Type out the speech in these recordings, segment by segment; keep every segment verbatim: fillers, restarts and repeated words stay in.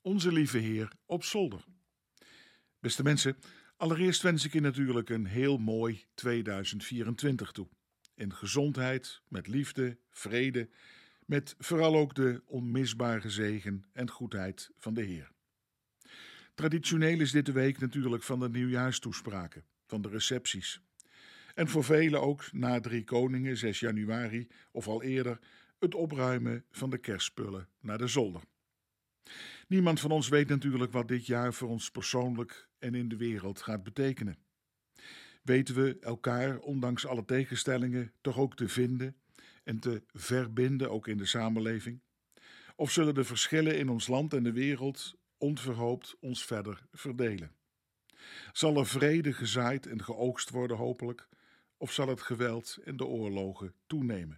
Onze Lieve Heer op zolder. Beste mensen, allereerst wens ik je natuurlijk een heel mooi tweeduizend vierentwintig toe. In gezondheid, met liefde, vrede, met vooral ook de onmisbare zegen en goedheid van de Heer. Traditioneel is dit de week natuurlijk van de nieuwjaarstoespraken, van de recepties. En voor velen ook na Drie Koningen, zes januari of al eerder, het opruimen van de kerstspullen naar de zolder. Niemand van ons weet natuurlijk wat dit jaar voor ons persoonlijk en in de wereld gaat betekenen. Weten we elkaar, ondanks alle tegenstellingen, toch ook te vinden en te verbinden, ook in de samenleving? Of zullen de verschillen in ons land en de wereld onverhoopt ons verder verdelen? Zal er vrede gezaaid en geoogst worden hopelijk, of zal het geweld en de oorlogen toenemen?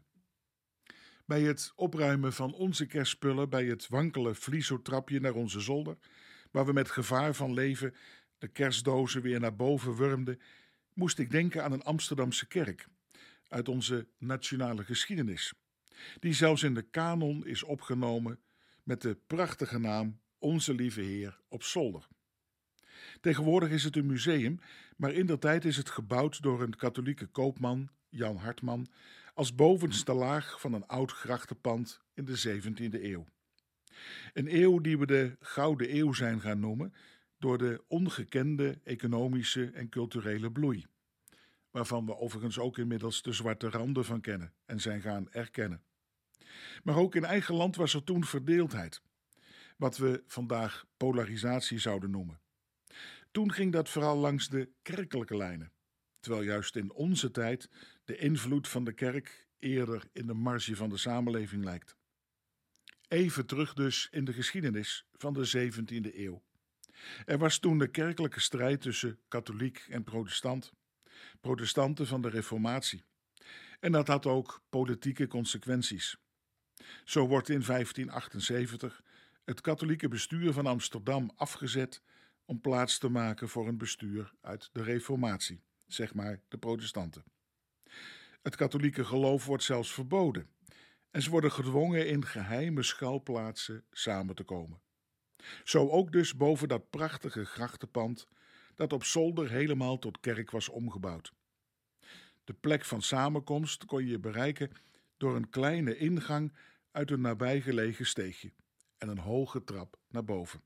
Bij het opruimen van onze kerstspullen, bij het wankele vliezotrapje naar onze zolder, waar we met gevaar van leven de kerstdozen weer naar boven wurmden, moest ik denken aan een Amsterdamse kerk uit onze nationale geschiedenis, die zelfs in de kanon is opgenomen met de prachtige naam Onze Lieve Heer op zolder. Tegenwoordig is het een museum, maar indertijd is het gebouwd door een katholieke koopman, Jan Hartman, als bovenste laag van een oud grachtenpand in de zeventiende eeuw. Een eeuw die we de Gouden Eeuw zijn gaan noemen door de ongekende economische en culturele bloei, waarvan we overigens ook inmiddels de zwarte randen van kennen en zijn gaan erkennen. Maar ook in eigen land was er toen verdeeldheid, wat we vandaag polarisatie zouden noemen. Toen ging dat vooral langs de kerkelijke lijnen, terwijl juist in onze tijd de invloed van de kerk eerder in de marge van de samenleving lijkt. Even terug dus in de geschiedenis van de zeventiende eeuw. Er was toen de kerkelijke strijd tussen katholiek en protestant, protestanten van de Reformatie. En dat had ook politieke consequenties. Zo wordt in vijftien achtenzeventig het katholieke bestuur van Amsterdam afgezet om plaats te maken voor een bestuur uit de Reformatie, zeg maar de protestanten. Het katholieke geloof wordt zelfs verboden en ze worden gedwongen in geheime schuilplaatsen samen te komen. Zo ook dus boven dat prachtige grachtenpand dat op zolder helemaal tot kerk was omgebouwd. De plek van samenkomst kon je bereiken door een kleine ingang uit een nabijgelegen steegje en een hoge trap naar boven.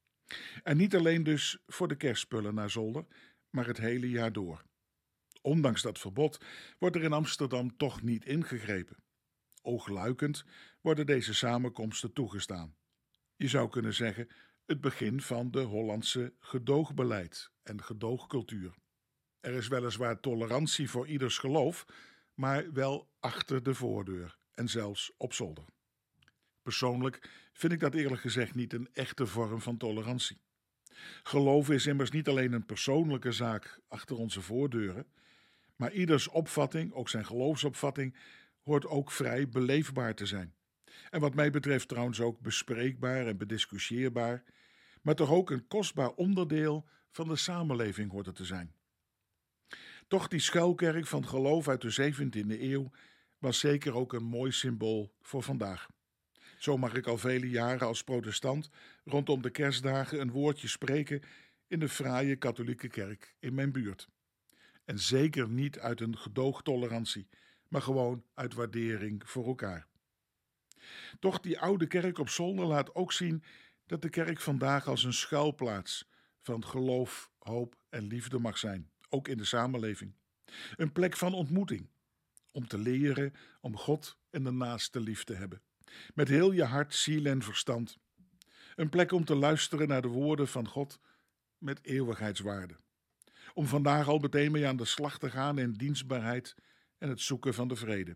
En niet alleen dus voor de kerstspullen naar zolder, maar het hele jaar door. Ondanks dat verbod wordt er in Amsterdam toch niet ingegrepen. Oogluikend worden deze samenkomsten toegestaan. Je zou kunnen zeggen het begin van de Hollandse gedoogbeleid en gedoogcultuur. Er is weliswaar tolerantie voor ieders geloof, maar wel achter de voordeur en zelfs op zolder. Persoonlijk vind ik dat eerlijk gezegd niet een echte vorm van tolerantie. Geloof is immers niet alleen een persoonlijke zaak achter onze voordeuren, maar ieders opvatting, ook zijn geloofsopvatting, hoort ook vrij beleefbaar te zijn. En wat mij betreft trouwens ook bespreekbaar en bediscussieerbaar, maar toch ook een kostbaar onderdeel van de samenleving hoort het te zijn. Toch die schuilkerk van geloof uit de zeventiende eeuw was zeker ook een mooi symbool voor vandaag. Zo mag ik al vele jaren als protestant rondom de kerstdagen een woordje spreken in de fraaie katholieke kerk in mijn buurt. En zeker niet uit een gedoogtolerantie, maar gewoon uit waardering voor elkaar. Toch die oude kerk op zolder laat ook zien dat de kerk vandaag als een schuilplaats van geloof, hoop en liefde mag zijn, ook in de samenleving. Een plek van ontmoeting, om te leren om God en de naaste lief te hebben. Met heel je hart, ziel en verstand. Een plek om te luisteren naar de woorden van God met eeuwigheidswaarde. Om vandaag al meteen mee aan de slag te gaan in dienstbaarheid en het zoeken van de vrede.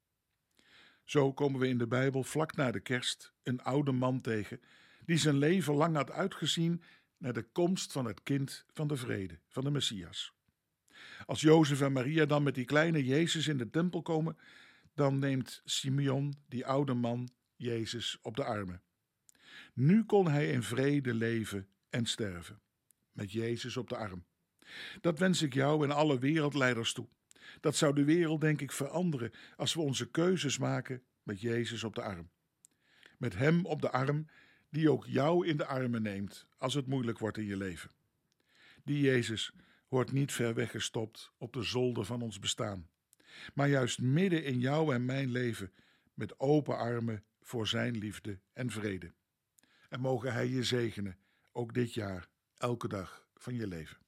Zo komen we in de Bijbel vlak na de kerst een oude man tegen die zijn leven lang had uitgezien naar de komst van het kind van de vrede, van de Messias. Als Jozef en Maria dan met die kleine Jezus in de tempel komen, dan neemt Simeon, die oude man, Jezus op de armen. Nu kon hij in vrede leven en sterven, met Jezus op de arm. Dat wens ik jou en alle wereldleiders toe. Dat zou de wereld denk ik veranderen als we onze keuzes maken met Jezus op de arm. Met hem op de arm die ook jou in de armen neemt als het moeilijk wordt in je leven. Die Jezus wordt niet ver weggestopt op de zolder van ons bestaan, maar juist midden in jou en mijn leven met open armen voor zijn liefde en vrede. En mogen hij je zegenen, ook dit jaar, elke dag van je leven.